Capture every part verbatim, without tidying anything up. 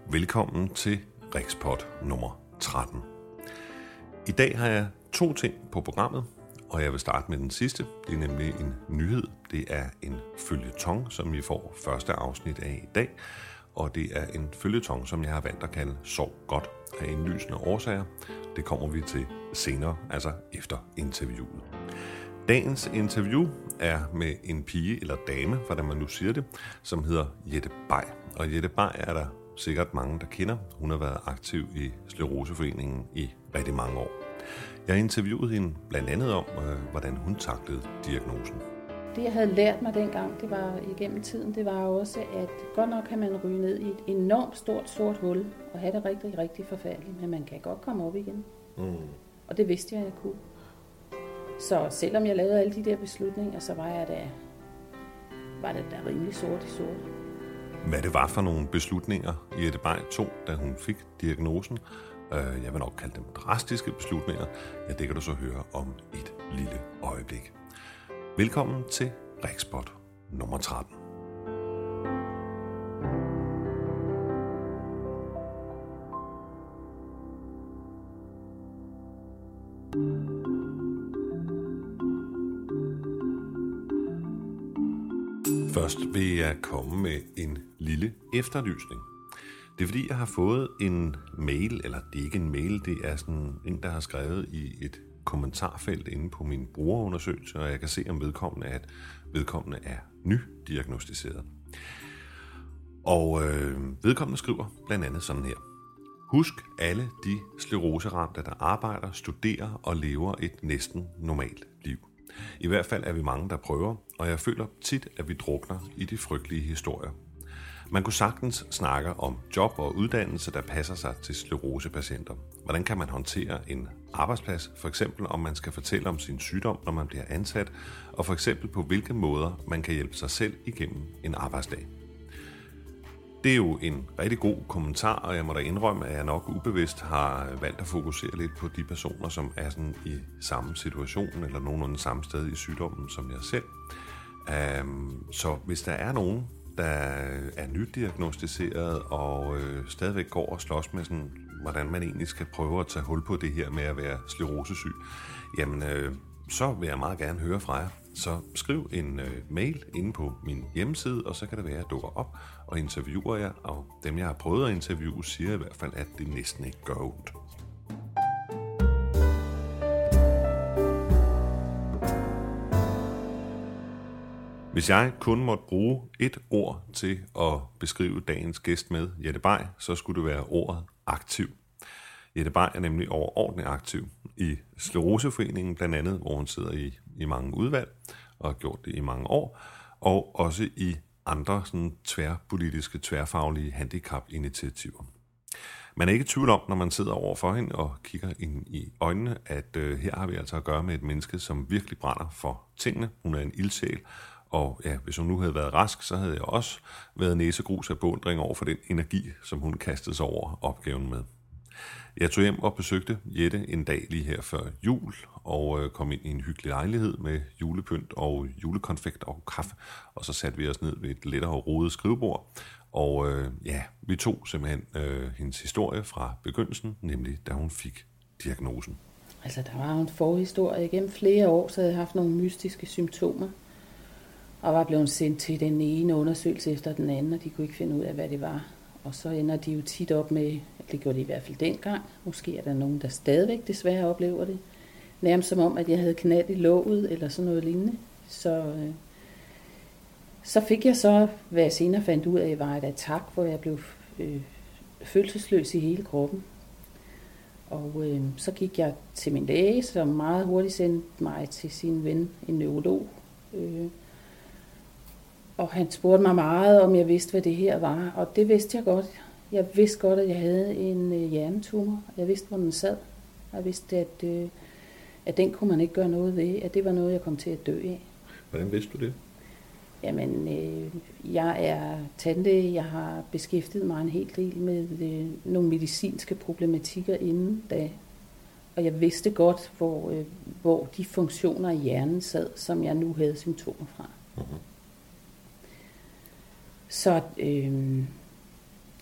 Velkommen til Rikspot nummer tretten. I dag har jeg to ting på programmet, og jeg vil starte med den sidste. Det er nemlig en nyhed. Det er en føljeton, som vi får første afsnit af i dag. Og det er en føljeton, som jeg har valgt at kalde Sov godt af indlysende årsager. Det kommer vi til senere, altså efter interviewet. Dagens interview er med en pige eller dame, hvordan man nu siger det, som hedder Jette Bay. Og Jette Bay er der sikkert mange, der kender. Hun har været aktiv i Scleroseforeningen i rigtig mange år. Jeg har interviewet hende blandt andet om, hvordan hun taklede diagnosen. Det, jeg havde lært mig dengang, det var igennem tiden, det var også, at godt nok kan man ryge ned i et enormt stort, sort hul og have det rigtig, rigtig forfærdeligt, men man kan godt komme op igen. Mm. Og det vidste jeg, jeg kunne. Så selvom jeg lavede alle de der beslutninger, så var jeg da, var det da rimelig sort i sort. Hvad det var for nogle beslutninger, Jette Bay tog, da hun fik diagnosen, jeg vil nok kalde dem drastiske beslutninger, ja, det kan du så høre om et lille øjeblik. Velkommen til Rikspot nummer tretten. Først vil jeg komme med en lille efterlysning. Det er fordi, jeg har fået en mail, eller det er ikke en mail, det er sådan en, der har skrevet i et kommentarfelt inde på min brugerundersøgelse, og jeg kan se om vedkommende, at vedkommende er nydiagnostiseret. Og øh, vedkommende skriver blandt andet sådan her. Husk alle de skleroseramte, der arbejder, studerer og lever et næsten normalt liv. I hvert fald er vi mange, der prøver, og jeg føler tit, at vi drukner i de frygtelige historier. Man kunne sagtens snakke om job og uddannelse, der passer sig til sklerosepatienter. Hvordan kan man håndtere en arbejdsplads, for eksempel om man skal fortælle om sin sygdom, når man bliver ansat, og for eksempel på hvilke måder man kan hjælpe sig selv igennem en arbejdsdag. Det er jo en rigtig god kommentar, og jeg må da indrømme, at jeg nok ubevidst har valgt at fokusere lidt på de personer, som er sådan i samme situation, eller nogenlunde samme sted i sygdommen som jeg selv. Um, så hvis der er nogen, der er nydiagnostiseret og øh, stadigvæk går og slås med, sådan, hvordan man egentlig skal prøve at tage hul på det her med at være sklerosesyg, jamen øh, så vil jeg meget gerne høre fra jer. Så skriv en øh, mail inde på min hjemmeside, og så kan det være, at jeg dukker op og interviewer jer. Og dem, jeg har prøvet at interviewe, siger i hvert fald, at det næsten ikke gør ondt. Hvis jeg kun måtte bruge et ord til at beskrive dagens gæst med Jette Bay, så skulle det være ordet aktiv. Jette Bay er nemlig overordentligt aktiv i Scleroseforeningen blandt andet, hvor hun sidder i, i mange udvalg og har gjort det i mange år, og også i andre sådan, tværpolitiske, tværfaglige handicapinitiativer. Man er ikke i tvivl om, når man sidder over for hende og kigger ind i øjnene, at øh, her har vi altså at gøre med et menneske, som virkelig brænder for tingene. Hun er en ildsjæl. Og ja, hvis hun nu havde været rask, så havde jeg også været næsegrus af beundring over for den energi, som hun kastede sig over opgaven med. Jeg tog hjem og besøgte Jette en dag lige her før jul, og øh, kom ind i en hyggelig lejlighed med julepynt og julekonfekt og kaffe. Og så satte vi os ned ved et lettere rodet skrivebord. Og øh, ja, vi tog simpelthen øh, hendes historie fra begyndelsen, nemlig da hun fik diagnosen. Altså, der var en forhistorie. Igennem flere år, så havde jeg haft nogle mystiske symptomer. Og var blevet sendt til den ene undersøgelse efter den anden, og de kunne ikke finde ud af, hvad det var. Og så ender de jo tit op med, det gjorde de i hvert fald dengang, måske er der nogen, der stadigvæk desværre oplever det, nærmest som om, at jeg havde knald i låget, eller sådan noget lignende. Så, øh, så fik jeg så, hvad jeg senere fandt ud af, var et attack, hvor jeg blev øh, følelsesløs i hele kroppen. Og øh, så gik jeg til min læge, som meget hurtigt sendte mig til sin ven, en neurolog, øh, og han spurgte mig meget, om jeg vidste, hvad det her var. Og det vidste jeg godt. Jeg vidste godt, at jeg havde en øh, hjernetumor. Jeg vidste, hvor den sad. Jeg vidste, at, øh, at den kunne man ikke gøre noget ved. At det var noget, jeg kom til at dø af. Hvordan vidste du det? Jamen, øh, jeg er tandlæge. Jeg har beskæftiget mig en hel del med øh, nogle medicinske problematikker inden da. Og jeg vidste godt, hvor, øh, hvor de funktioner i hjernen sad, som jeg nu havde symptomer fra. Uh-huh. Så, øh,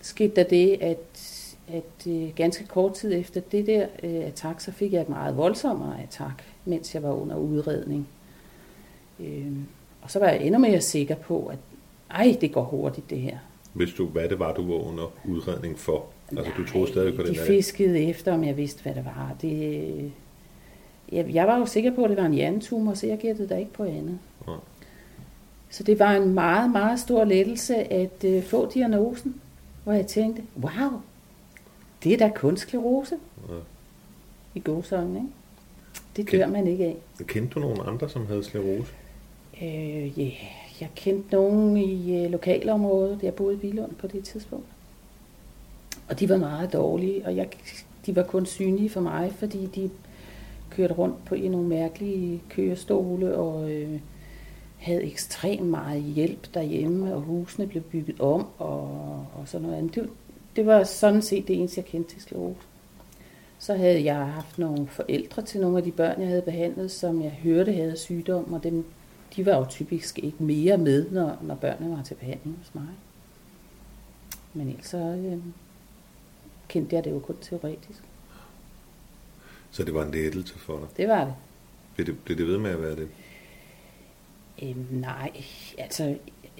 skete der det, at, at øh, ganske kort tid efter det der øh, attack, så fik jeg et meget voldsommere attack, mens jeg var under udredning. Øh, og så var jeg endnu mere sikker på, at ej, det går hurtigt det her. Vidste du, hvad det var, du var under udredning for? Altså, Nej, du troede stadig på den de der... fiskede efter, om jeg vidste, hvad det var. Det, jeg, jeg var jo sikker på, at det var en hjernetumor, så jeg gættede da ikke på andet. Ja. Så det var en meget, meget stor lettelse at øh, få diagnosen, hvor jeg tænkte, wow, det er da kun sklerose. Ja. I gåseøjne, ikke? Det dør man ikke af. Kendte du nogen andre, som havde sklerose? Øh, yeah. Jeg kendte nogen i øh, lokalområdet. Jeg boede i Billund på det tidspunkt. Og de var meget dårlige, og jeg, de var kun synlige for mig, fordi de kørte rundt på i nogle mærkelige kørestole og øh, havde ekstremt meget hjælp derhjemme, og husene blev bygget om og, og sådan noget andet. Det, det var sådan set det eneste, jeg kendte til sklerose. Så havde jeg haft nogle forældre til nogle af de børn, jeg havde behandlet, som jeg hørte havde sygdom, og dem, de var jo typisk ikke mere med, når, når børnene var til behandling hos mig. Men ellers så øh, kendte jeg det jo kun teoretisk. Så det var en lettelse for dig? Det var det. Blev det, blev det ved med at være det? Øhm, nej, altså...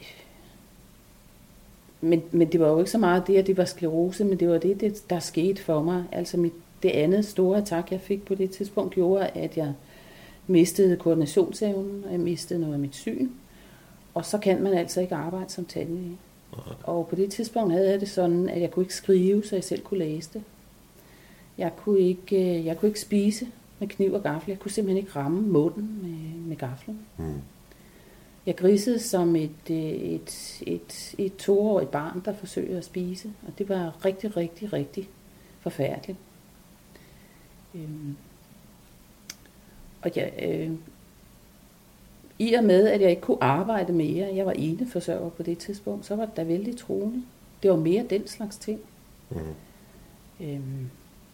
Men, men det var jo ikke så meget det, at det var sklerose, men det var det, det der skete for mig. Altså mit, det andet store attack, jeg fik på det tidspunkt, gjorde, at jeg mistede koordinationsevnen, og jeg mistede noget af mit syn. Og så kan man altså ikke arbejde som tandlæge. Og på det tidspunkt havde jeg det sådan, at jeg kunne ikke skrive, så jeg selv kunne læse det. Jeg kunne ikke, jeg kunne ikke spise med kniv og gaffel. Jeg kunne simpelthen ikke ramme munden med, med gaflen. Mm. Jeg grisede som et, et, et, et toårigt barn, der forsøger at spise. Og det var rigtig, rigtig, rigtig forfærdeligt. Øhm. Og jeg, øh, i og med, at jeg ikke kunne arbejde mere, jeg var eneforsørger på det tidspunkt, så var det da vældig truende. Det var mere den slags ting. Mm. Øhm.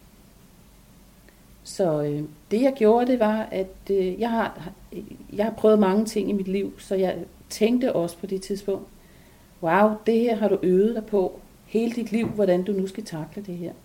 Så øh, det jeg gjorde, det var, at øh, jeg, har, jeg har prøvet mange ting i mit liv, så jeg tænkte også på det tidspunkt, wow, det her har du øvet dig på hele dit liv, hvordan du nu skal takle det her.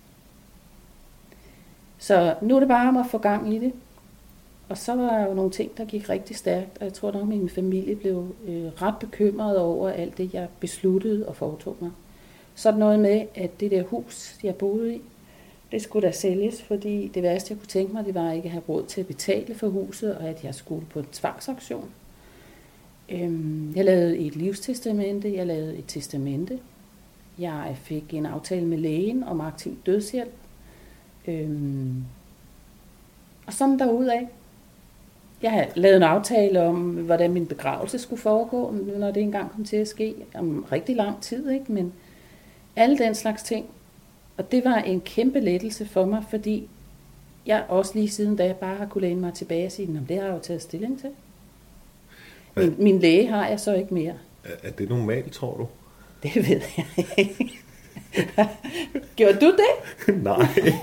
Så nu er det bare om at få gang i det. Og så var der jo nogle ting, der gik rigtig stærkt, og jeg tror nok, at min familie blev øh, ret bekymret over alt det, jeg besluttede og foretog mig. Så er det noget med, at det der hus, jeg boede i, det skulle da sælges, fordi det værste, jeg kunne tænke mig, det var ikke at have råd til at betale for huset, og at jeg skulle på en tvangsauktion. Øhm, jeg lavede et livstestamente, jeg lavede et testamente. Jeg fik en aftale med lægen om aktiv dødshjælp. Øhm, og sådan derudad. Jeg har lavet en aftale om, hvordan min begravelse skulle foregå, når det engang kom til at ske. Om rigtig lang tid, ikke? Men alle den slags ting. Og det var en kæmpe lettelse for mig, fordi jeg også lige siden, da jeg bare har kunne læne mig tilbage og sige, det har jeg jo taget stilling til. Min, min læge har jeg så ikke mere. Er, er det normalt, tror du? Det ved jeg ikke. Gjorde du det? Nej.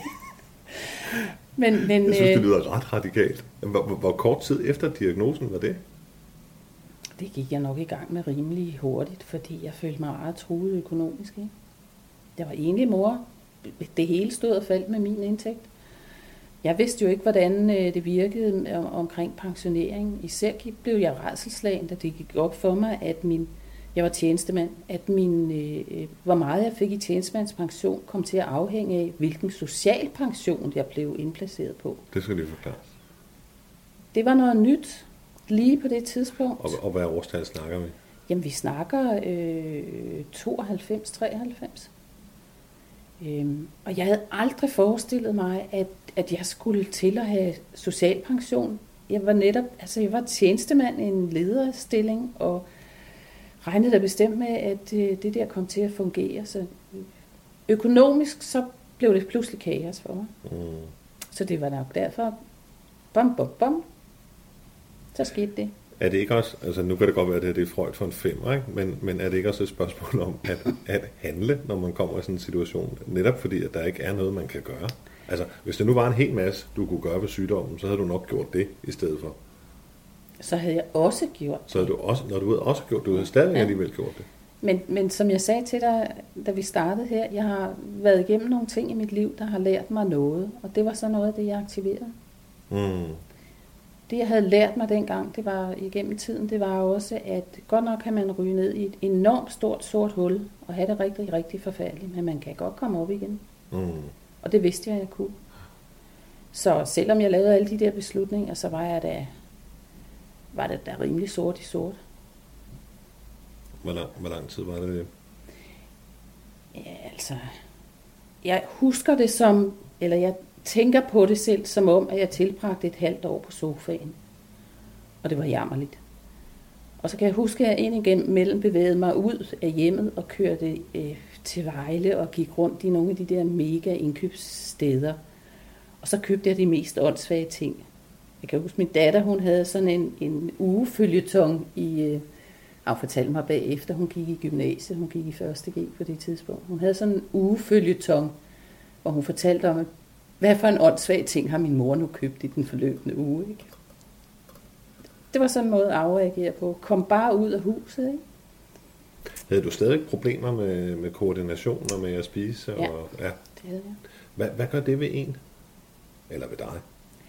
men, men, jeg synes, det lyder ret radikalt. Hvor, hvor, hvor kort tid efter diagnosen var det? Det gik jeg nok i gang med rimelig hurtigt, fordi jeg følte mig meget truet økonomisk. Ikke? Jeg var egentlig mor. Det hele stod og faldt med min indtægt. Jeg vidste jo ikke, hvordan det virkede omkring pensionering. Især blev jeg rædselsslagen, da det gik op for mig, at min, jeg var tjenestemand, at min, øh, hvor meget jeg fik i tjenestemandspension kom til at afhænge af, hvilken social pension jeg blev indplaceret på. Det skal du forklare. Det var noget nyt lige på det tidspunkt. Og, og hvad årstal snakker vi? Jamen, vi snakker øh, tooghalvfems treoghalvfems. Øhm, og jeg havde aldrig forestillet mig, at, at jeg skulle til at have socialpension. Jeg var netop, altså jeg var tjenestemand i en lederstilling, og regnede da bestemt med, at øh, det der kom til at fungere. Så økonomisk, så blev det pludselig kaos for mig. Mm. Så det var nok derfor, bom, bom, bom, så skete det. Er det ikke også, altså nu kan det godt være, at det er Freud for en femmer, ikke? Men, men er det ikke også et spørgsmål om at, at handle, når man kommer i sådan en situation? Netop fordi, at der ikke er noget, man kan gøre. Altså, hvis det nu var en hel masse, du kunne gøre ved sygdommen, så havde du nok gjort det i stedet for. Så havde jeg også gjort det. Så havde du også, når du havde også gjort det, du havde stadig ja. alligevel gjort det. Men, men som jeg sagde til dig, da vi startede her, jeg har været igennem nogle ting i mit liv, der har lært mig noget. Og det var så noget af det, jeg aktiverede. Mm. Det, jeg havde lært mig dengang, det var igennem tiden, det var også, at godt nok kan man ryge ned i et enormt stort sort hul, og have det rigtig, rigtig forfærdeligt, men man kan godt komme op igen. Mm. Og det vidste jeg, jeg kunne. Så selvom jeg lavede alle de der beslutninger, så var jeg da, var det da rimelig sort i sort. Hvor lang, hvor lang tid var det det? Ja, altså, jeg husker det som, eller jeg tænker på det selv, som om, at jeg tilbragte et halvt år på sofaen. Og det var jammerligt. Og så kan jeg huske, at jeg ind igen mellem bevægede mig ud af hjemmet og kørte øh, til Vejle og gik rundt i nogle af de der mega indkøbssteder. Og så købte jeg de mest åndssvage ting. Jeg kan huske, min datter, hun havde sådan en, en ugefølgetong i... Øh, og fortalte mig bagefter, hun gik i gymnasiet, hun gik i første G på det tidspunkt. Hun havde sådan en ugefølgetong, hvor hun fortalte om, hvad for en åndssvag ting har min mor nu købt i den forløbende uge. Ikke? Det var sådan en måde at afreagere på. Kom bare ud af huset. Ikke? Havde du stadig problemer med, med koordination og med at spise? Ja, og, ja. Det havde jeg. Hvad, hvad gør det ved en? Eller ved dig?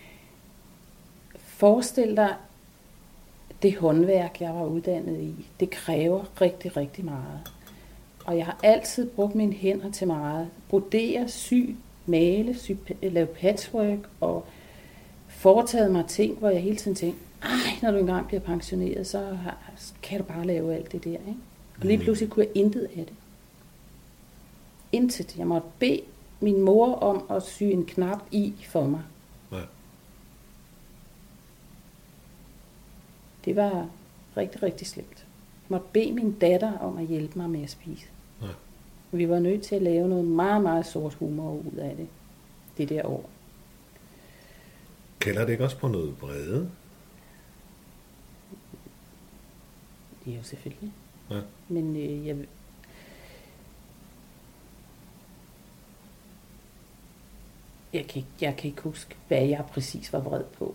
Forestil dig, det håndværk, jeg var uddannet i, det kræver rigtig, rigtig meget. Og jeg har altid brugt mine hænder til meget. Brodere, sy, male, sy, lave patchwork og foretaget mig ting, hvor jeg hele tiden tænkte, ej, når du engang bliver pensioneret, så kan du bare lave alt det der. Ikke? Og lige pludselig kunne jeg intet af det. Intet. Jeg måtte bede min mor om at sy en knap i for mig. Ja. Det var rigtig, rigtig slemt. Jeg måtte bede min datter om at hjælpe mig med at spise. Ja. Vi var nødt til at lave noget meget, meget sort humor ud af det. Det der år. Kalder det ikke også på noget vrede? Det er jo selvfølgelig. Ja. Men øh, jeg... Jeg kan, ikke, jeg kan ikke huske, hvad jeg præcis var vred på.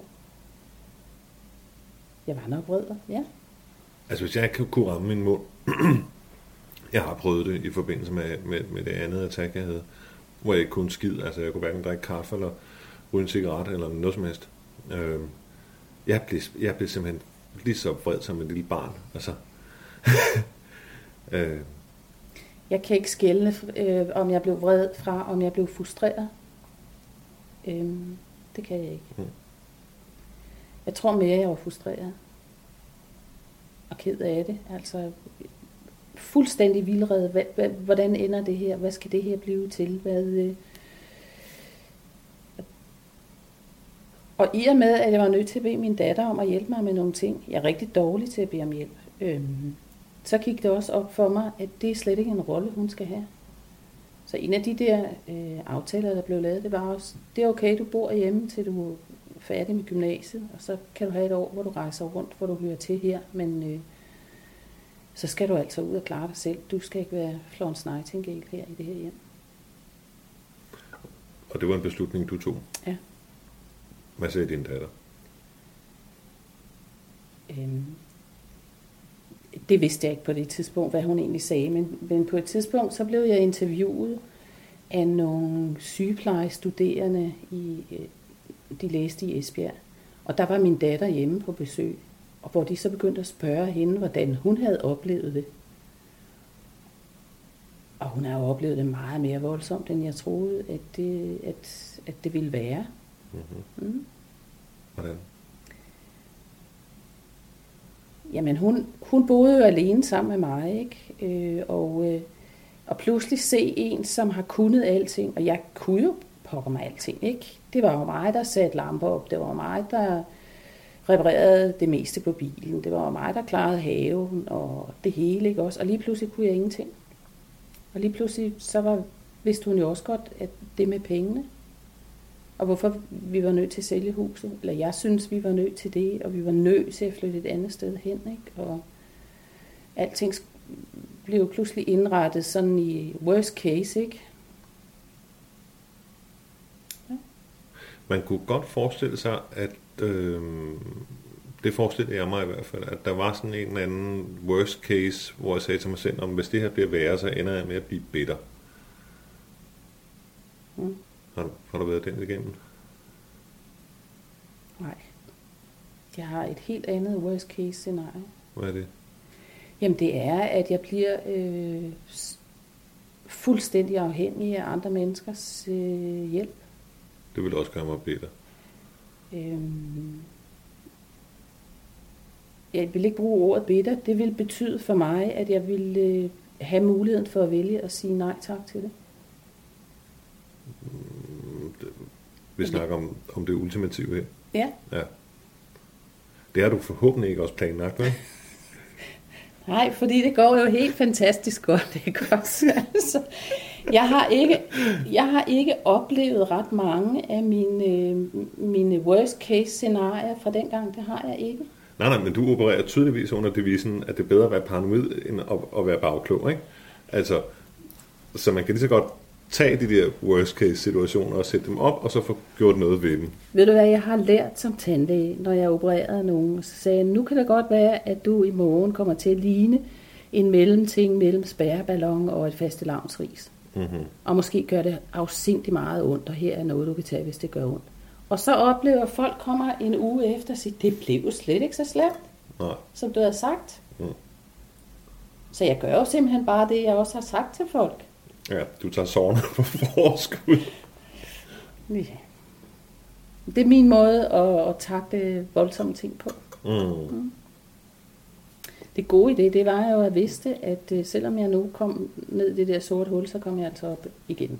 Jeg var nok vred, ja. Altså hvis jeg ikke kunne ramme min mund, jeg har prøvet det i forbindelse med, med, med det andet attack, jeg havde, hvor jeg ikke kunne skide, altså jeg kunne hverken drikke kaffe eller ryge en cigaret eller noget som helst. Øh, jeg, blev, jeg blev simpelthen lige så vred som et lille barn, altså. øh. Jeg kan ikke skelne, øh, om jeg blev vred fra, om jeg blev frustreret. Øh, det kan jeg ikke. Mm. Jeg tror mere, jeg var frustreret. Og ked af det. Altså, fuldstændig vildrede. Hvordan ender det her? Hvad skal det her blive til? Hvad, øh... Og i og med, at jeg var nødt til at bede min datter om at hjælpe mig med nogle ting. Jeg er rigtig dårlig til at bede om hjælp. Øhm, så gik det også op for mig, at det er slet ikke en rolle, hun skal have. Så en af de der øh, aftaler, der blev lavet, det var også, det er okay, du bor hjemme, til du er færdig med gymnasiet, og så kan du have et år, hvor du rejser rundt, hvor du hører til her, men øh, så skal du altså ud og klare dig selv. Du skal ikke være Florence Nightingale her i det her hjem. Og det var en beslutning, du tog? Ja. Hvad sagde din datter? Øhm, det vidste jeg ikke på det tidspunkt, hvad hun egentlig sagde, men, men på et tidspunkt, så blev jeg interviewet af nogle sygeplejestuderende, i, de læste i Esbjerg, og der var min datter hjemme på besøg, og hvor de så begyndte at spørge hende, hvordan hun havde oplevet det. Og hun har jo oplevet det meget mere voldsomt, end jeg troede, at det, at, at det ville være. Mm-hmm. Mm. Hvordan? Jamen, hun, hun boede jo alene sammen med mig, ikke? Øh, og, øh, og pludselig se en, som har kunnet alting, og jeg kunne jo pokker mig alting, ikke? Det var jo mig, der satte lamper op, det var mig, der reparerede det meste på bilen, det var mig, der klarede haven og det hele, ikke også? Og lige pludselig kunne jeg ingenting. Og lige pludselig, så var, vidste hun jo også godt, at det med pengene, og hvorfor vi var nødt til at sælge huset, eller jeg synes, vi var nødt til det, og vi var nødt til at flytte et andet sted hen, ikke? Og alting blev pludselig indrettet sådan i worst case, ikke? Ja. Man kunne godt forestille sig, at øh, det forestillede jeg mig i hvert fald, at der var sådan en eller anden worst case, hvor jeg sagde til mig selv, om hvis det her bliver værre, så ender jeg med at blive bitter. Mm. Har, har du været den igennem? Nej. Jeg har et helt andet worst case scenarie. Hvad er det? Jamen det er, at jeg bliver øh, fuldstændig afhængig af andre menneskers øh, hjælp. Det vil også gøre mig bitter. Øhm, jeg vil ikke bruge ordet bitter. Det vil betyde for mig, at jeg vil øh, have muligheden for at vælge at sige nej tak til det. Mm, det vi snakker om, om det ultimative her. Ja. Ja. Det har du forhåbentlig ikke også planlagt, vel? Nej, fordi det går jo helt fantastisk godt, ikke også? Altså, jeg har ikke, jeg har ikke oplevet ret mange af mine, mine worst case scenarier fra dengang. Det har jeg ikke. Nej, nej, men du opererer tydeligvis under devisen, at det er bedre at være paranoid, end at, at være bagklog, ikke? Altså, så man kan lige så godt tage de der worst case situationer og sætte dem op, og så få gjort noget ved dem. Ved du hvad, jeg har lært som tandlæge, når jeg opererede nogen, så sagde jeg, nu kan det godt være, at du i morgen kommer til at ligne en mellemting mellem spærreballon og et fastelavnsris. Mm-hmm. Og måske gør det afsindigt meget ondt, og her er noget, du kan tage, hvis det gør ondt. Og så oplever folk kommer en uge efter og siger, det blev jo slet ikke så slemt, Nej. som du havde sagt. Mm. Så jeg gør jo simpelthen bare det, jeg også har sagt til folk. Ja, du tager sårene på forskud. Ja. Det er min måde at, at takle voldsomme ting på. Mm. Mm. Det gode i det, det var jo at vidste, at selvom jeg nu kom ned i det der sorte hul, så kom jeg altså op igen.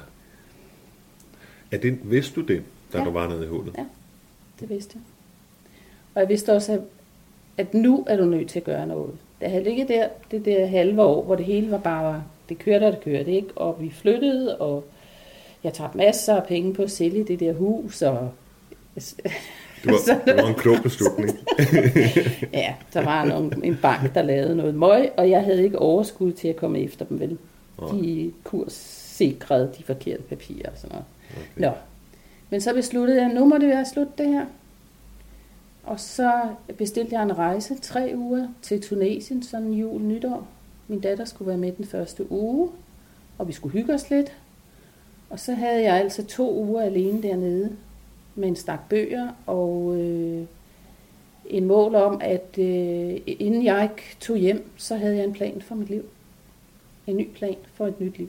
Er det, vidste du det, da ja. du var nede i hullet? Ja, det vidste jeg. Og jeg vidste også, at, at nu er du nødt til at gøre noget. Det havde ikke der, det der halve år, hvor det hele var bare, det kørte og det kørte, ikke? Og vi flyttede, og jeg tabte masser af penge på at sælge det der hus, og... Det var, det var en klog beslutning. Ja, der var nogen, en bank, der lavede noget møg, og jeg havde ikke overskud til at komme efter dem, vel? De kurssikrede de forkerte papirer og sådan noget. Okay. Nå. Men så besluttede jeg, at nu må det være slut det her. Og så bestilte jeg en rejse tre uger til Tunesien, sådan jul, nytår. Min datter skulle være med den første uge, og vi skulle hygge os lidt. Og så havde jeg altså to uger alene dernede med en stak bøger og øh, en mål om, at øh, inden jeg tog hjem, så havde jeg en plan for mit liv. En ny plan for et nyt liv.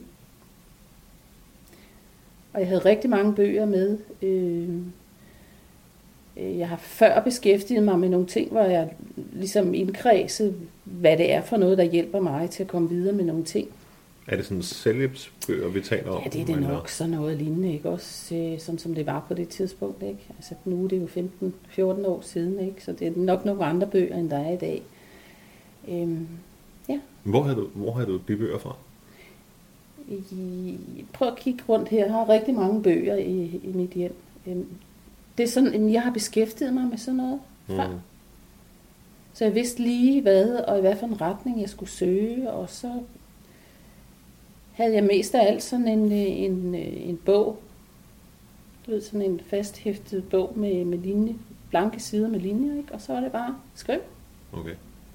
Og jeg havde rigtig mange bøger med. Øh, jeg har før beskæftiget mig med nogle ting, hvor jeg ligesom indkredset, hvad det er for noget, der hjælper mig til at komme videre med nogle ting. Er det sådan selvhjælpsbøger, vi taler om? Ja, det er det nok sådan noget lignende, ikke? Også sådan som det var på det tidspunkt, ikke? Altså nu er det jo femten fjorten år siden, ikke? Så det er nok nogle andre bøger, end der er i dag. Øhm, ja. Hvor har du, hvor har du de bøger fra? I, prøv at kigge rundt her. Jeg har rigtig mange bøger i, i mit hjem. Øhm, det er sådan, jeg har beskæftiget mig med sådan noget før. Mm. Så jeg vidste lige hvad, og i hvad for en retning jeg skulle søge, og så havde jeg mest af alt sådan en, en, en bog. Du ved, sådan en fasthæftet bog med, med linje, blanke sider med linjer, ikke? Og så var det bare skriv. Okay.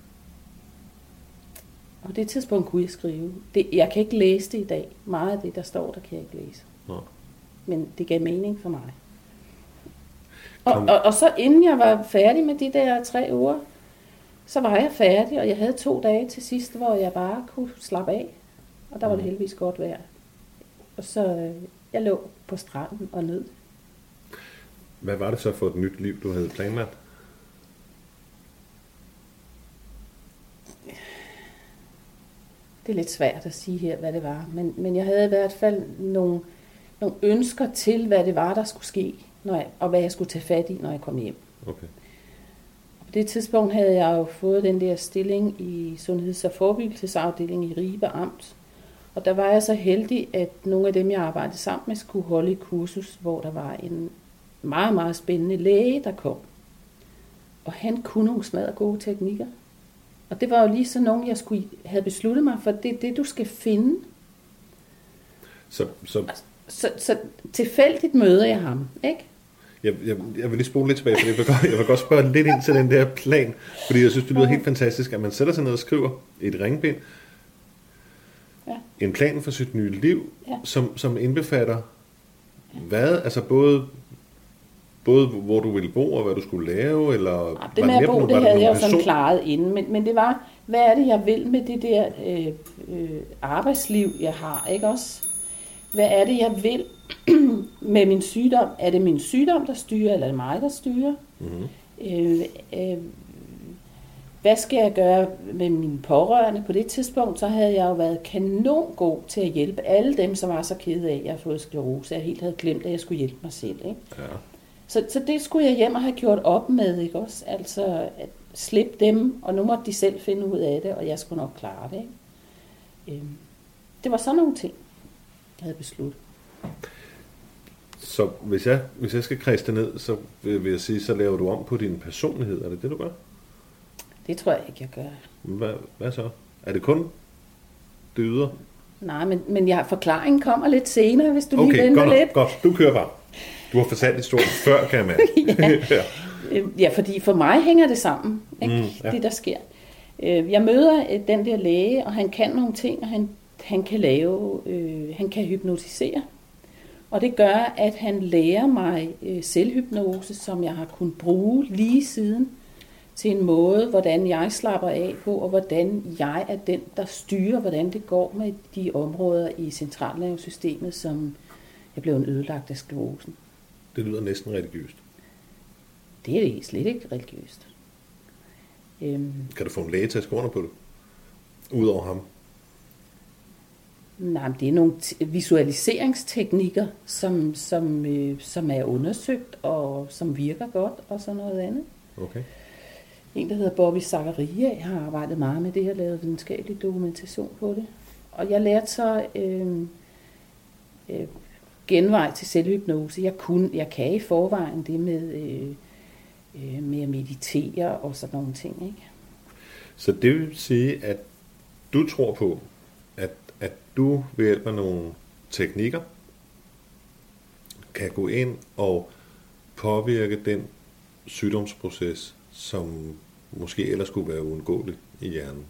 Og på det tidspunkt kunne jeg skrive. Det, jeg kan ikke læse det i dag. Meget af det, der står, der kan jeg ikke læse. Ja. Men det gav mening for mig. Og, og, og så inden jeg var færdig med de der tre uger, så var jeg færdig, og jeg havde to dage til sidst, hvor jeg bare kunne slappe af. Og der var det heldigvis godt vejr. Og så jeg lå på stranden og nød. Hvad var det så for et nyt liv, du havde planlagt? Det er lidt svært at sige her, hvad det var. Men, men jeg havde i hvert fald nogle, nogle ønsker til, hvad det var, der skulle ske. Når jeg, og hvad jeg skulle tage fat i, når jeg kom hjem. Okay. Og på det tidspunkt havde jeg jo fået den der stilling i Sundheds- og Forebyggelsesafdelingen i Ribe Amt. Og der var jeg så heldig, at nogle af dem, jeg arbejdede sammen med, skulle holde et kursus, hvor der var en meget, meget spændende læge, der kom. Og han kunne nogle smadre gode teknikker. Og det var jo lige så nogen, jeg skulle have besluttet mig for, det er det, du skal finde. Så, så... Så, så tilfældigt møder jeg ham, ikke? Jeg, jeg, jeg vil lige spole lidt tilbage, for jeg vil, godt, jeg vil godt spørge lidt ind til den der plan, fordi jeg synes, det lyder helt fantastisk, at man sætter sig ned og skriver et ringbind, ja. En plan for sit nye liv, ja. som, som indbefatter ja. hvad? Altså både, både hvor du ville bo og hvad du skulle lave, eller... Ja, det med at bo, det havde jeg jo sådan klaret inden, men, men det var, hvad er det, jeg vil med det der øh, øh, arbejdsliv, jeg har, ikke også? Hvad er det, jeg vil med min sygdom? Er det min sygdom, der styrer, eller er det mig, der styrer? Mm-hmm. Øh, øh, hvad skal jeg gøre med mine pårørende? På det tidspunkt, så havde jeg jo været kanon god til at hjælpe alle dem, som var så kede af, at jeg havde fået sklerose. Jeg helt havde glemt, at jeg skulle hjælpe mig selv. Ikke? Ja. Så, så det skulle jeg hjem og have gjort op med, ikke også? Altså at slippe dem, og nu måtte de selv finde ud af det, og jeg skulle nok klare det. Ikke? Øh, det var sådan nogle ting, jeg havde besluttet. Så hvis jeg, hvis jeg skal kredse det ned, så vil jeg sige, så laver du om på din personlighed. Er det det, du gør? Det tror jeg ikke, jeg gør. Hvad, hvad så? Er det kun det ydre? Nej, men, men jeg, forklaringen kommer lidt senere, hvis du okay, lige venter godt, lidt. Godt, du kører bare. Du har fortalt historien før, kan jeg mærke. ja. ja, fordi for mig hænger det sammen, ikke? Mm, ja. Det der sker. Jeg møder den der læge, og han kan nogle ting, og han, han kan lave, øh, han kan hypnotisere. Og det gør, at han lærer mig øh, selvhypnose, som jeg har kunnet bruge lige siden, til en måde, hvordan jeg slapper af på, og hvordan jeg er den, der styrer, hvordan det går med de områder i centralnervesystemet, som jeg blev en ødelagt af sklerosen. Det lyder næsten religiøst. Det er det slet ikke religiøst. Øhm, kan du få en læge til at skrive under på det? Udover ham? Nej, men det er nogle t- visualiseringsteknikker, som, som, øh, som er undersøgt, og som virker godt, og sådan noget andet. Okay. En, der hedder Bobby Zachariah, har arbejdet meget med det her, lavet videnskabelig dokumentation på det. Og jeg lærte så øh, øh, genvej til selvhypnose. Jeg, kunne, jeg kan i forvejen det med, øh, øh, med at meditere og sådan nogle ting. Ikke? Så det vil sige, at du tror på, at, at du ved hjælp af nogle teknikker kan gå ind og påvirke den sygdomsproces, som måske ellers skulle være uundgåelig i hjernen.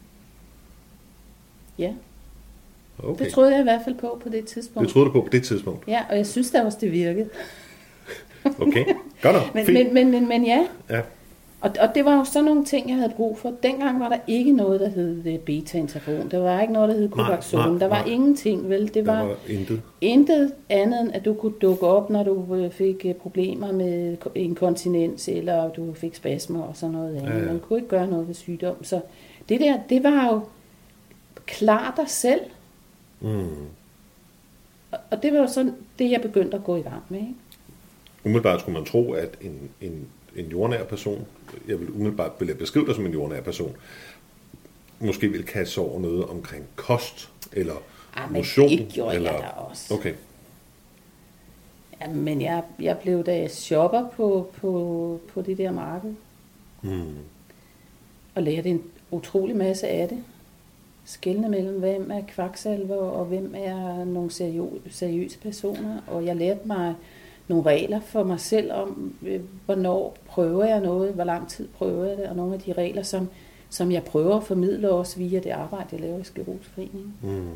Ja. Okay. Det troede jeg i hvert fald på på det tidspunkt. Det troede du på på det tidspunkt? Ja, og jeg synes da også, det virkede. Okay, godt nok. men, men, men, men, men ja. ja. Og, og det var jo sådan nogle ting, jeg havde brug for. Dengang var der ikke noget, der hed beta-interferon. Der var ikke noget, der hed Copaxone. Der var nej. ingenting, vel? Det var, der var intet. intet andet, end at du kunne dukke op, når du fik problemer med inkontinens, eller du fik spasmer og sådan noget andet. Ja, ja. Man kunne ikke gøre noget ved sygdom. Så det der, det var jo klar dig selv. Mm. Og, og det var jo sådan det, jeg begyndte at gå i gang med. Ikke? Umiddelbart skulle man tro, at en, en en jordnær person, jeg vil umiddelbart vil jeg beskrive dig som en jordnær person, måske vil kaste over noget omkring kost, eller ah, motion. Det gjorde eller... jeg da også. Okay. Ja, men jeg, jeg blev da shopper på, på, på det der marked. Hmm. Og lærte en utrolig masse af det. Skelne mellem, hvem er kvaksalver, og hvem er nogle seriøse, seriøse personer. Og jeg lærte mig nogle regler for mig selv om, hvornår prøver jeg noget, hvor lang tid prøver jeg det, og nogle af de regler, som, som jeg prøver at formidle også via det arbejde, jeg laver i Skleroseforeningen. Mm.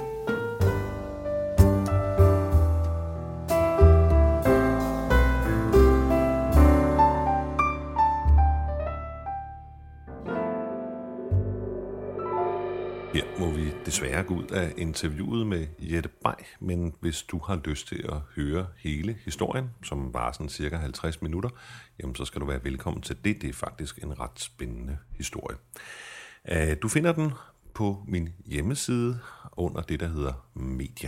Her må vi desværre gå ud af interviewet med Jette Bay, men hvis du har lyst til at høre hele historien, som var sådan cirka halvtreds minutter, jamen så skal du være velkommen til det. Det er faktisk en ret spændende historie. Du finder den på min hjemmeside under det, der hedder Media.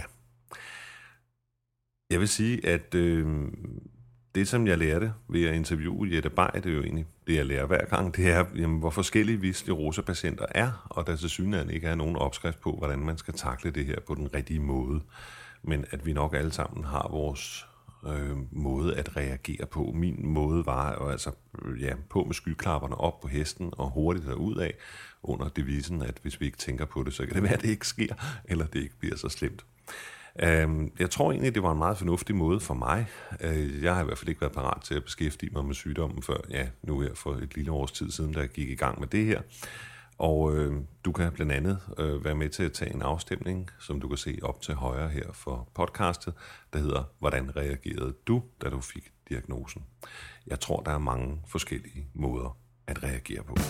Jeg vil sige, at øh, det, som jeg lærte ved at interviewe Jette Bay, det er jo egentlig det, jeg lærer hver gang, det er, jamen, hvor forskellige vi sklerosepatienter er, og der tilsyneladende ikke er nogen opskrift på, hvordan man skal takle det her på den rigtige måde. Men at vi nok alle sammen har vores øh, måde at reagere på. Min måde var jo altså ja, på med skyklapperne op på hesten og hurtigt derudad under devisen, at hvis vi ikke tænker på det, så kan det være, at det ikke sker, eller det ikke bliver så slemt. Jeg tror egentlig, det var en meget fornuftig måde for mig. Jeg har i hvert fald ikke været parat til at beskæftige mig med sygdommen før, ja, nu her for et lille års tid siden, da jeg gik i gang med det her. Og øh, du kan blandt andet øh, være med til at tage en afstemning, som du kan se op til højre her for podcastet, der hedder, hvordan reagerede du, da du fik diagnosen? Jeg tror, der er mange forskellige måder at reagere på.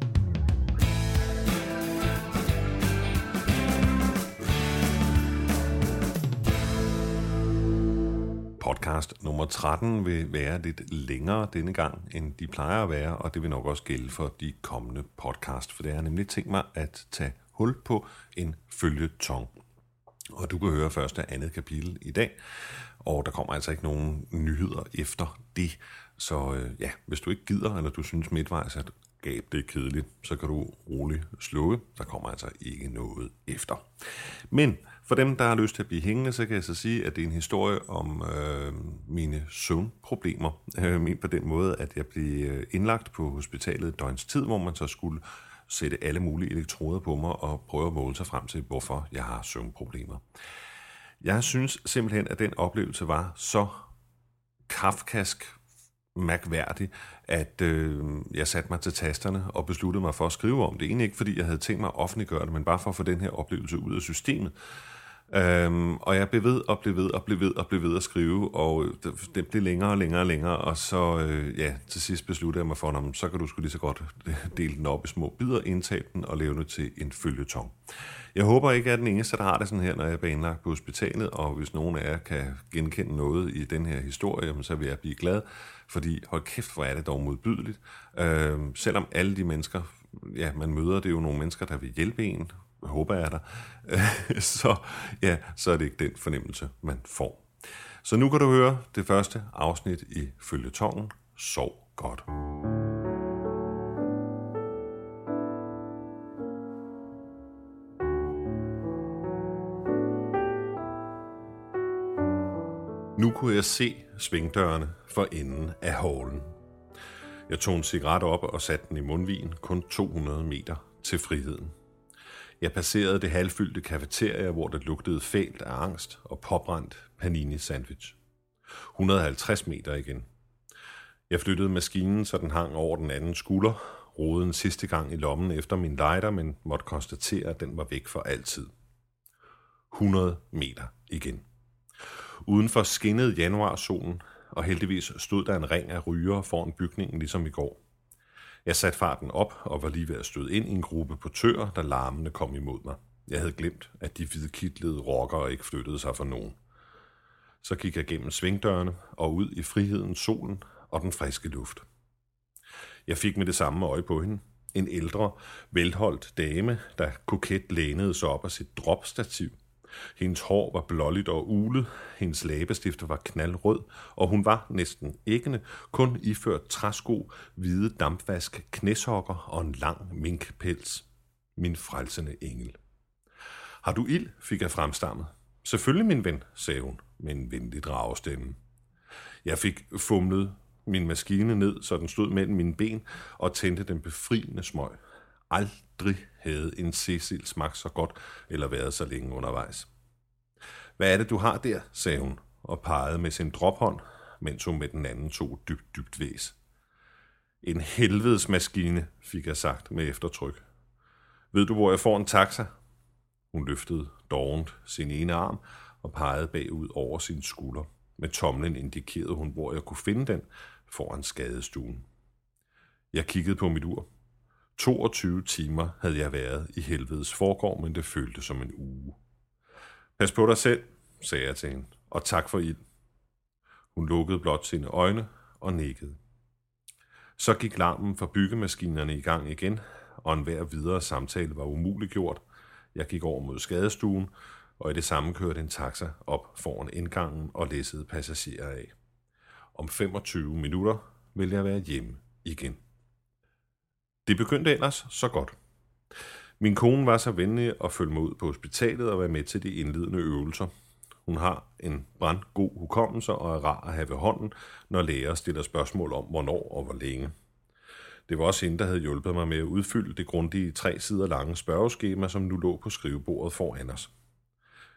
Podcast nummer tretten vil være lidt længere denne gang, end de plejer at være, og det vil nok også gælde for de kommende podcast, for det har nemlig tænkt mig at tage hul på en føljeton. Og du kan høre første og andet kapitel i dag, og der kommer altså ikke nogen nyheder efter det. Så øh, ja, hvis du ikke gider, eller du synes midtvejs, at gab det er kedeligt, så kan du roligt slukke. Der kommer altså ikke noget efter. Men for dem, der har lyst til at blive hængende, så kan jeg så sige, at det er en historie om øh, mine søvnproblemer. Øh, på den måde, at jeg blev indlagt på hospitalet et døgns tid, hvor man så skulle sætte alle mulige elektroder på mig og prøve at måle sig frem til, hvorfor jeg har søvnproblemer. Jeg synes simpelthen, at den oplevelse var så kafkask mærkværdig, at øh, jeg satte mig til tasterne og besluttede mig for at skrive om det. Egentlig ikke, fordi jeg havde tænkt mig at offentliggøre det, men bare for at få den her oplevelse ud af systemet. Øhm, og jeg blev ved og blev ved og blev ved og blev ved at skrive, og det, det blev længere og længere og længere, og så øh, ja, til sidst besluttede jeg mig for, at så kan du sgu lige så godt dele den op i små bidder, indtage den og lave det til en føljeton. Jeg håber ikke, at jeg er den eneste, der har det sådan her, når jeg er indlagt på hospitalet, og hvis nogen af jer kan genkende noget i den her historie, så vil jeg blive glad, fordi hold kæft, hvor er det dog modbydeligt. Øh, selvom alle de mennesker, ja, man møder, det er jo nogle mennesker, der vil hjælpe en, håber jeg der, så, ja, så er det ikke den fornemmelse, man får. Så nu kan du høre det første afsnit i føljetongen. Sov godt. Nu kunne jeg se svingdørene for enden af hallen. Jeg tog en cigaret op og satte den i mundvigen, kun to hundrede meter til friheden. Jeg passerede det halvfyldte kafeteria, hvor det lugtede fælt af angst og påbrændt panini sandwich. et hundrede og halvtreds meter igen. Jeg flyttede maskinen, så den hang over den anden skulder, rodede en sidste gang i lommen efter min lighter, men måtte konstatere, at den var væk for altid. hundrede meter igen. Udenfor skinnede januarsolen, og heldigvis stod der en ring af rygere foran bygningen ligesom i går. Jeg satte farten op og var lige ved at støde ind i en gruppe portører, der larmende kom imod mig. Jeg havde glemt, at de hvidkitlede rockere ikke flyttede sig for nogen. Så gik jeg gennem svingdørene og ud i friheden, solen og den friske luft. Jeg fik med det samme øje på hende. En ældre, velholdt dame, der koket lænede sig op af sit dropstativ. Hendes hår var blåligt og ulet, hendes læbestifter var knaldrød, og hun var næsten æggende, kun iført træsko, hvide dampvask, knæsokker og en lang minkpels. Min frelsende engel. Har du ild, fik jeg fremstammet. Selvfølgelig, min ven, sagde hun med en venlig dragestemme. Jeg fik fumlet min maskine ned, så den stod mellem mine ben, og tændte den befriende smøg. Aldrig havde en Cecil smagt så godt, eller været så længe undervejs. Hvad er det, du har der, sagde hun, og pegede med sin drophånd, mens hun med den anden tog dybt, dybt væs. En helvedes maskine, fik jeg sagt med eftertryk. Ved du, hvor jeg får en taxa? Hun løftede dovent sin ene arm og pegede bagud over sin skulder. Med tomlen indikerede hun, hvor jeg kunne finde den foran skadestuen. Jeg kiggede på mit ur. toogtyve timer havde jeg været i helvedes forgård, men det føltes som en uge. Pas på dig selv, sagde jeg til hende, og tak for ild. Hun lukkede blot sine øjne og nikkede. Så gik larmen fra byggemaskinerne i gang igen, og enhver videre samtale var umuliggjort. Jeg gik over mod skadestuen, og i det samme kørte en taxa op foran indgangen og læssede passagerer af. Om femogtyve minutter ville jeg være hjemme igen. Det begyndte ellers så godt. Min kone var så venlig at følge mig ud på hospitalet og være med til de indledende øvelser. Hun har en brandgod hukommelse og er rar at have ved hånden, når læger stiller spørgsmål om, hvornår og hvor længe. Det var også hende, der havde hjulpet mig med at udfylde det grundige tre sider lange spørgeskema, som nu lå på skrivebordet foran os.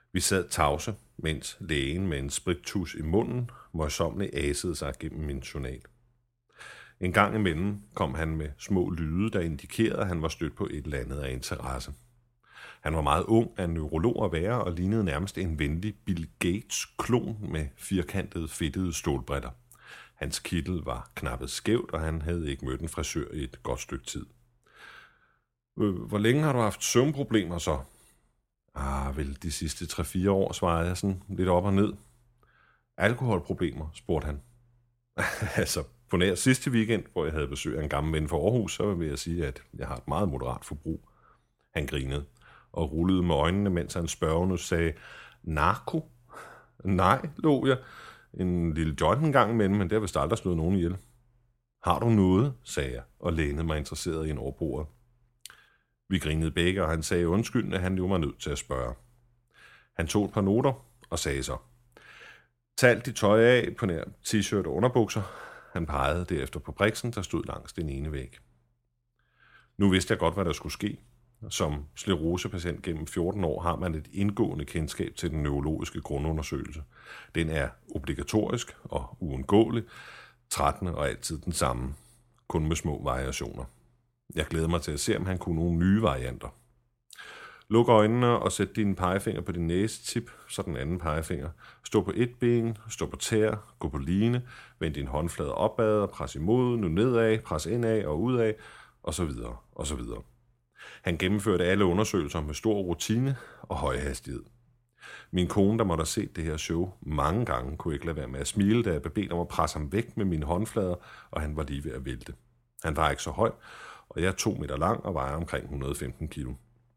Vi sad tavse, mens lægen med en sprittus i munden møjsommeligt asede sig gennem min journal. En gang imellem kom han med små lyde, der indikerede, at han var stødt på et eller andet af interesse. Han var meget ung af neurolog at være og lignede nærmest en venlig Bill Gates-klon med firkantede, fedtede stålbrætter. Hans kittel var knappet skævt, og han havde ikke mødt en frisør i et godt stykke tid. Hvor længe har du haft søvnproblemer så? Ah, vel de sidste tre fire år, svarede jeg sådan lidt op og ned. Alkoholproblemer, spurgte han. altså, på nær sidste weekend, hvor jeg havde besøg af en gammel ven fra Aarhus, så vil jeg sige, at jeg har et meget moderat forbrug. Han grinede og rullede med øjnene, mens han spørgende sagde, narko? Nej, lå jeg. En lille joint en gang imellem, men det har vist aldrig slået nogen ihjel. Har du noget, sagde jeg, og lænede mig interesseret ind over bordet. Vi grinede begge, og han sagde undskyldende, at han jo var nødt til at spørge. Han tog et par noter og sagde så, tag alt dit tøj af på nær t-shirt og underbukser. Han pegede derefter på briksen, der stod langs den ene væg. Nu vidste jeg godt, hvad der skulle ske. Som sklerosepatient gennem fjorten år har man et indgående kendskab til den neurologiske grundundersøgelse. Den er obligatorisk og uundgåelig, trættende og altid den samme, kun med små variationer. Jeg glæder mig til at se, om han kunne nogle nye varianter. Luk øjnene og sæt dine pegefinger på din næsetip, så den anden pegefinger. Stå på et ben, stå på tær, gå på line, vend din håndflade opad og pres imod, nu nedad, pres indad og udad, og så videre, og så videre. Han gennemførte alle undersøgelser med stor rutine og høj hastighed. Min kone, der måtte have set det her show mange gange, kunne ikke lade være med at smile, da jeg bebedte om at presse ham væk med mine håndflader, og han var lige ved at vælte. Han var ikke så høj, og jeg er to meter lang og vejer omkring et hundrede og femten kilo.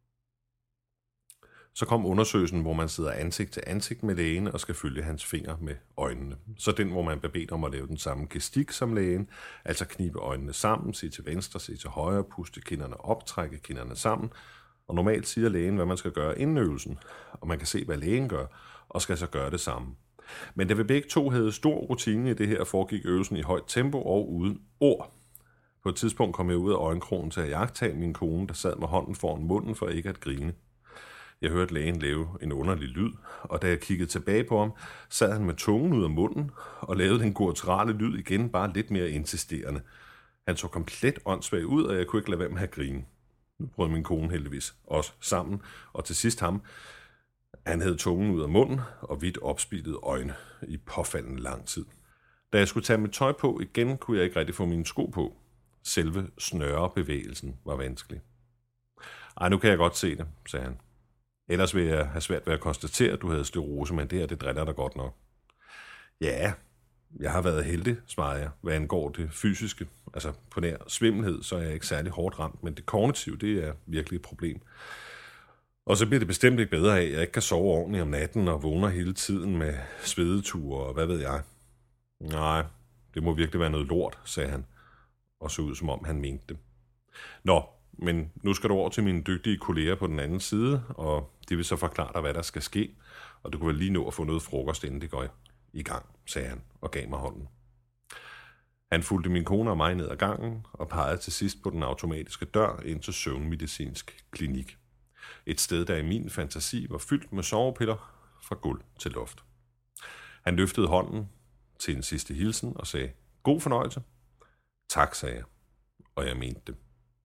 Så kom undersøgelsen, hvor man sidder ansigt til ansigt med lægen og skal følge hans fingre med øjnene. Så den, hvor man bebedt om at lave den samme gestik som lægen, altså knibe øjnene sammen, se til venstre, se til højre, puste kinderne op, trække kinderne sammen. Og normalt siger lægen, hvad man skal gøre inden øvelsen, og man kan se, hvad lægen gør, og skal så gøre det samme. Men da vi begge to havde stor rutine i det her, foregik øvelsen i højt tempo og uden ord. På et tidspunkt kom jeg ud af øjenkrogen til at jagttage min kone, der sad med hånden foran munden for ikke at grine. Jeg hørte lægen lave en underlig lyd, og da jeg kiggede tilbage på ham, sad han med tungen ud af munden og lavede den gutturale lyd igen, bare lidt mere insisterende. Han så komplet åndssvag ud, og jeg kunne ikke lade være med at grine. Nu brød min kone heldigvis også sammen, og til sidst ham. Han havde tungen ud af munden og vidt opspilede øjne i påfaldende lang tid. Da jeg skulle tage mit tøj på igen, kunne jeg ikke rigtig få mine sko på. Selve snørebevægelsen var vanskelig. Ej, nu kan jeg godt se det, sagde han. Ellers vil jeg have svært ved at konstatere, at du havde sklerose, men det her, det driller dig godt nok. Ja, jeg har været heldig, svarede jeg, hvad angår det fysiske. Altså på nær svimmelhed, så er jeg ikke særlig hårdt ramt, men det kognitive, det er virkelig et problem. Og så bliver det bestemt ikke bedre af, at jeg ikke kan sove ordentligt om natten og vågner hele tiden med svedeture og hvad ved jeg. Nej, det må virkelig være noget lort, sagde han, og så ud som om han mente det. Nå, men nu skal du over til mine dygtige kolleger på den anden side, og de vil så forklare dig, hvad der skal ske, og du kan vel lige nå at få noget frokost, inden det går i gang, sagde han og gav mig hånden. Han fulgte min kone og mig ned ad gangen og pegede til sidst på den automatiske dør ind til søvnmedicinsk klinik. Et sted, der i min fantasi var fyldt med sovepiller fra gulv til loft. Han løftede hånden til en sidste hilsen og sagde, god fornøjelse. Tak, sagde jeg, og jeg mente det.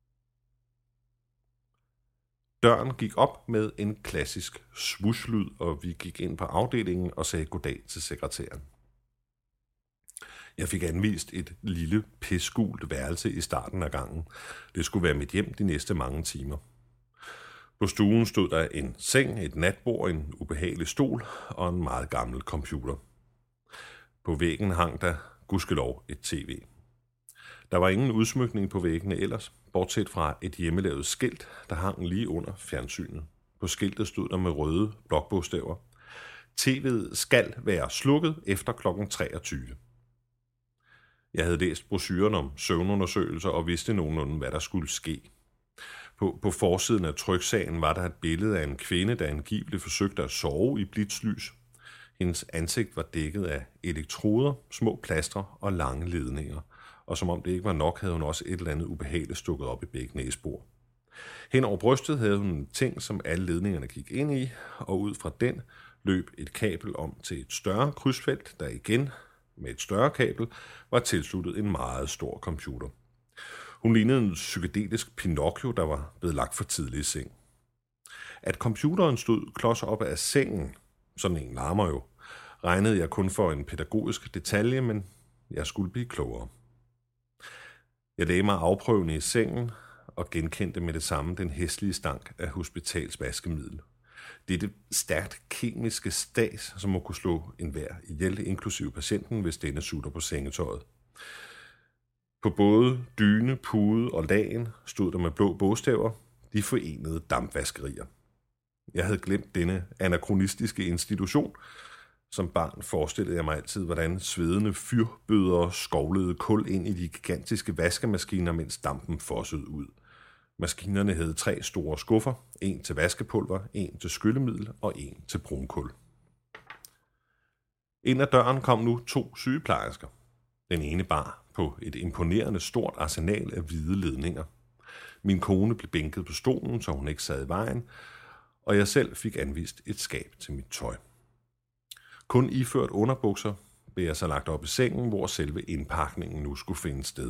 Døren gik op med en klassisk swoosh-lyd, og vi gik ind på afdelingen og sagde goddag til sekretæren. Jeg fik anvist et lille pisgult værelse i starten af gangen. Det skulle være mit hjem de næste mange timer. På stuen stod der en seng, et natbord, en ubehagelig stol og en meget gammel computer. På væggen hang der gudskelov et tv. Der var ingen udsmykning på væggene ellers, bortset fra et hjemmelavet skilt, der hang lige under fjernsynet. På skiltet stod der med røde blokbogstaver. T V'et skal være slukket efter klokken treogtyve. Jeg havde læst brochuren om søvnundersøgelser og vidste nogenlunde, hvad der skulle ske. På, på forsiden af tryksagen var der et billede af en kvinde, der angiveligt forsøgte at sove i blitzlys. Hendes ansigt var dækket af elektroder, små plastre og lange ledninger, og som om det ikke var nok, havde hun også et eller andet ubehageligt stukket op i begge næsebor. Hen over brystet havde hun en ting, som alle ledningerne gik ind i, og ud fra den løb et kabel om til et større krydsfelt, der igen med et større kabel var tilsluttet en meget stor computer. Hun lignede en psykedelisk Pinocchio, der var blevet lagt for tidligt i seng. At computeren stod klods op af sengen, sådan en larmer jo, regnede jeg kun for en pædagogisk detalje, men jeg skulle blive klogere. Jeg lagde mig afprøvende i sengen og genkendte med det samme den hæslige stank af hospitalsvaskemiddel. Dette stærkt kemiske stas, som må kunne slå enhver ihjel, inklusive patienten, hvis denne sutter på sengetøjet. På både dyne, pude og lagen stod der med blå bogstaver, de forenede dampvaskerier. Jeg havde glemt denne anakronistiske institution. Som barn forestillede jeg mig altid, hvordan svedende fyrbøder skovlede kul ind i de gigantiske vaskemaskiner, mens dampen fossede ud. Maskinerne havde tre store skuffer, en til vaskepulver, en til skyllemiddel og en til brunkul. Ind ad døren kom nu to sygeplejersker. Den ene bar på et imponerende stort arsenal af hvide ledninger. Min kone blev bænket på stolen, så hun ikke sad i vejen, og jeg selv fik anvist et skab til mit tøj. Kun iført underbukser blev jeg så lagt op i sengen, hvor selve indpakningen nu skulle finde sted.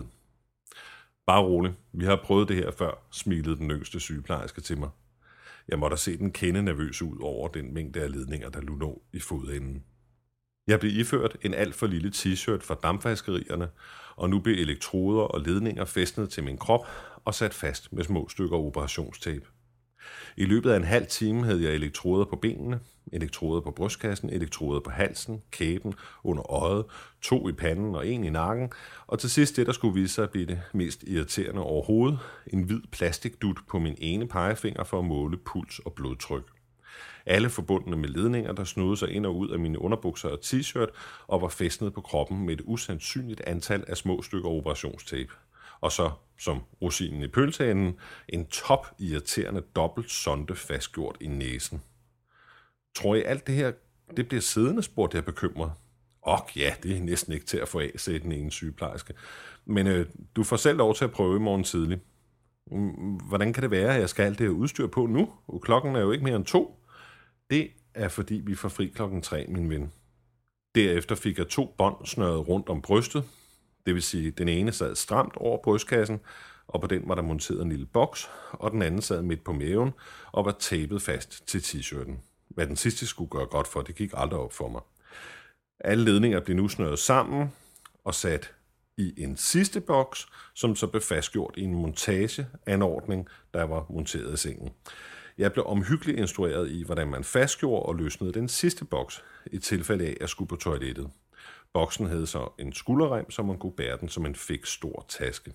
Bare rolig, vi har prøvet det her før, smilede den yngste sygeplejerske til mig. Jeg måtte se den kende nervøs ud over den mængde af ledninger, der lå i fodenden. Jeg blev iført en alt for lille t-shirt fra dampvaskerierne, og nu blev elektroder og ledninger fæstnet til min krop og sat fast med små stykker operationstape. I løbet af en halv time havde jeg elektroder på benene, elektroder på brystkassen, elektroder på halsen, kæben, under øjet, to i panden og en i nakken, og til sidst det, der skulle vise sig at blive det mest irriterende overhovedet, en hvid plastikdut på min ene pegefinger for at måle puls og blodtryk. Alle forbundne med ledninger, der snodede sig ind og ud af mine underbukser og t-shirt og var fæstnet på kroppen med et usandsynligt antal af små stykker operationstape. Og så, som rosinen i pølseenden, en top irriterende dobbelt sonde fastgjort i næsen. Tror I alt det her, det bliver siddende, spurgte jeg bekymret. Og ja, det er næsten ikke til at få af, sagde den ene sygeplejerske. Men øh, du får selv lov til at prøve i morgen tidlig. Hvordan kan det være, at jeg skal have alt det her udstyr på nu? Klokken er jo ikke mere end to. Det er fordi, vi får fri klokken tre, min ven. Derefter fik jeg to bånd snørret rundt om brystet. Det vil sige, den ene sad stramt over brystkassen, og på den var der monteret en lille boks, og den anden sad midt på maven og var tapet fast til t-shirten. Hvad den sidste skulle gøre godt for, det gik aldrig op for mig. Alle ledninger blev nu snøret sammen og sat i en sidste boks, som så blev fastgjort i en montageanordning, der var monteret i sengen. Jeg blev omhyggeligt instrueret i, hvordan man fastgjorde og løsnede den sidste boks, i tilfælde af, at jeg skulle på toilettet. Boksen havde så en skulderrem, så man kunne bære den som en fik stor taske.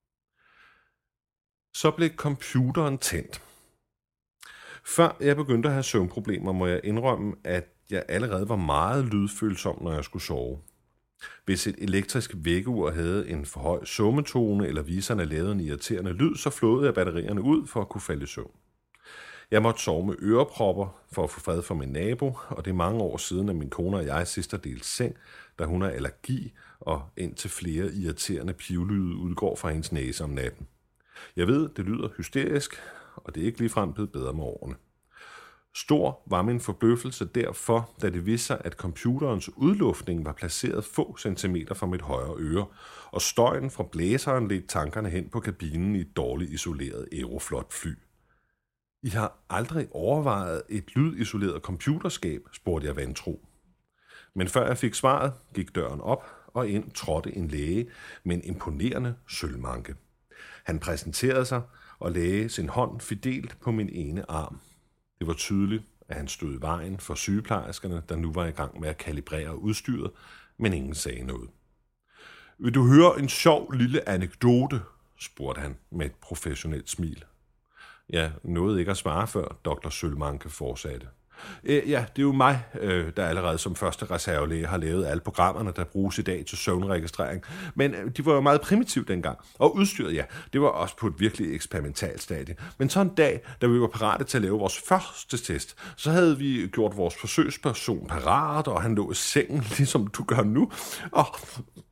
Så blev computeren tændt. Før jeg begyndte at have søvnproblemer, må jeg indrømme, at jeg allerede var meget lydfølsom, når jeg skulle sove. Hvis et elektrisk vækkeur havde en for høj summetone, eller viserne lavede en irriterende lyd, så flåede jeg batterierne ud for at kunne falde i søvn. Jeg måtte sove med ørepropper for at få fred for min nabo, og det er mange år siden, at min kone og jeg sidst har delt seng, da hun har allergi, og indtil flere irriterende pivlyde udgår fra hendes næse om natten. Jeg ved, det lyder hysterisk, og det er ikke ligefrem blevet bedre med årene. Stor var min forbløffelse derfor, da det viste sig, at computerens udluftning var placeret få centimeter fra mit højre øre, og støjen fra blæseren ledte tankerne hen på kabinen i et dårligt isoleret Aeroflot fly. I har aldrig overvejet et lydisoleret computerskab, spurgte jeg vantro. Men før jeg fik svaret, gik døren op, og ind trådte en læge med en imponerende sølvmanke. Han præsenterede sig og lagde sin hånd fidelt på min ene arm. Det var tydeligt, at han stod i vejen for sygeplejerskerne, der nu var i gang med at kalibrere udstyret, men ingen sagde noget. Vil du høre en sjov lille anekdote? Spurgte han med et professionelt smil. Jeg nåede ikke at svare før, doktor Sølvmanke fortsatte. Øh, ja, det er jo mig, øh, der allerede som første reservelæge har lavet alle programmerne, der bruges i dag til søvnregistrering. Men øh, de var jo meget primitive dengang. Og udstyret, ja, det var også på et virkelig eksperimentalt stadie. Men så en dag, da vi var parate til at lave vores første test, så havde vi gjort vores forsøgsperson parat, og han lå i sengen, ligesom du gør nu. Og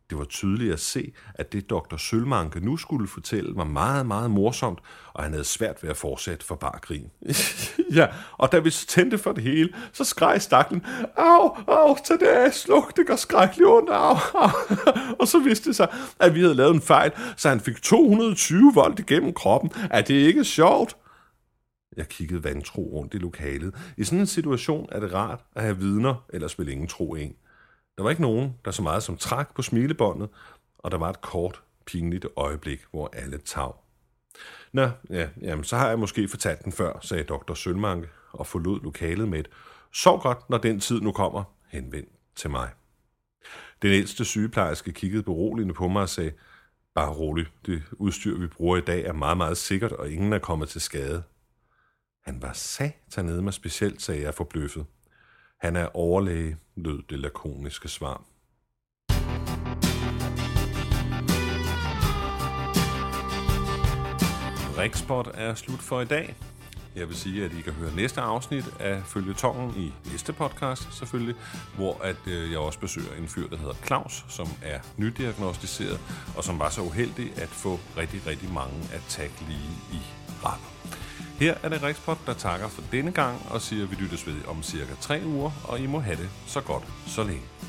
Det var tydeligt at se, at det doktor Sølvmanke nu skulle fortælle var meget, meget morsomt, og han havde svært ved at fortsætte for bare grin. Ja, og da vi tændte for det hele, så skreg staklen, au, au, tag det af, sluk, det gør skrækkeligt ondt, au, au. Og så viste det sig, at vi havde lavet en fejl, så han fik to hundrede og tyve volt igennem kroppen. Er det ikke sjovt? Jeg kiggede vantro rundt i lokalet. I sådan en situation er det rart at have vidner, ellers vil ingen tro en. Der var ikke nogen, der så meget som trak på smilebåndet, og der var et kort, pinligt øjeblik, hvor alle tav. Nå, ja, jamen, så har jeg måske fortalt den før, sagde doktor Sølvmanke, og forlod lokalet med et sov godt, når den tid nu kommer, henvendt til mig. Den ældste sygeplejerske kiggede beroligende på mig og sagde, bare rolig, det udstyr, vi bruger i dag, er meget, meget sikkert, og ingen er kommet til skade. Han var satanede mig specielt, sagde jeg forbløffet. Han er overlæge, lød det lakoniske svar. Rikspot er slut for i dag. Jeg vil sige, at I kan høre næste afsnit af Føljetongen i næste podcast, selvfølgelig, hvor at, øh, jeg også besøger en fyr, der hedder Claus, som er nydiagnostiseret, og som var så uheldig at få rigtig, rigtig mange attack lige i rap. Her er det Rikspot, der takker for denne gang og siger, at vi lyttes ved om cirka tre uger, og I må have det så godt så længe.